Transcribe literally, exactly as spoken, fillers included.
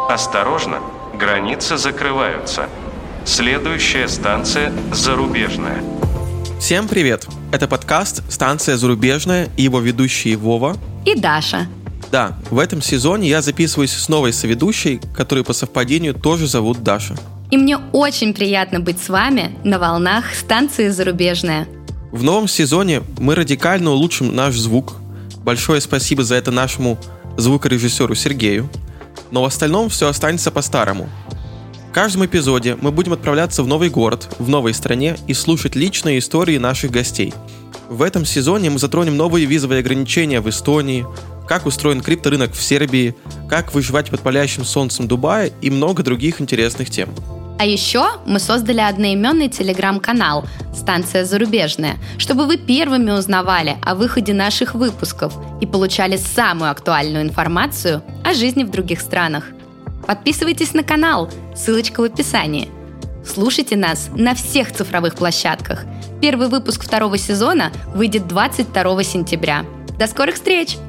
Осторожно, границы закрываются. Следующая станция «Зарубежная». Всем привет! Это подкаст «Станция Зарубежная» и его ведущие Вова и Даша. Да, в этом сезоне я записываюсь с новой соведущей, которую по совпадению тоже зовут Даша. И мне очень приятно быть с вами на волнах станции «Зарубежная». В новом сезоне мы радикально улучшим наш звук. Большое спасибо за это нашему звукорежиссеру Сергею. Но в остальном все останется по-старому. В каждом эпизоде мы будем отправляться в новый город, в новой стране и слушать личные истории наших гостей. В этом сезоне мы затронем новые визовые ограничения в Эстонии, как устроен крипторынок в Сербии, как выживать под палящим солнцем Дубая и много других интересных тем. А еще мы создали одноименный телеграм-канал «Станция Зарубежная», чтобы вы первыми узнавали о выходе наших выпусков и получали самую актуальную информацию о жизни в других странах. Подписывайтесь на канал, ссылочка в описании. Слушайте нас на всех цифровых площадках. Первый выпуск второго сезона выйдет двадцать второго сентября. До скорых встреч!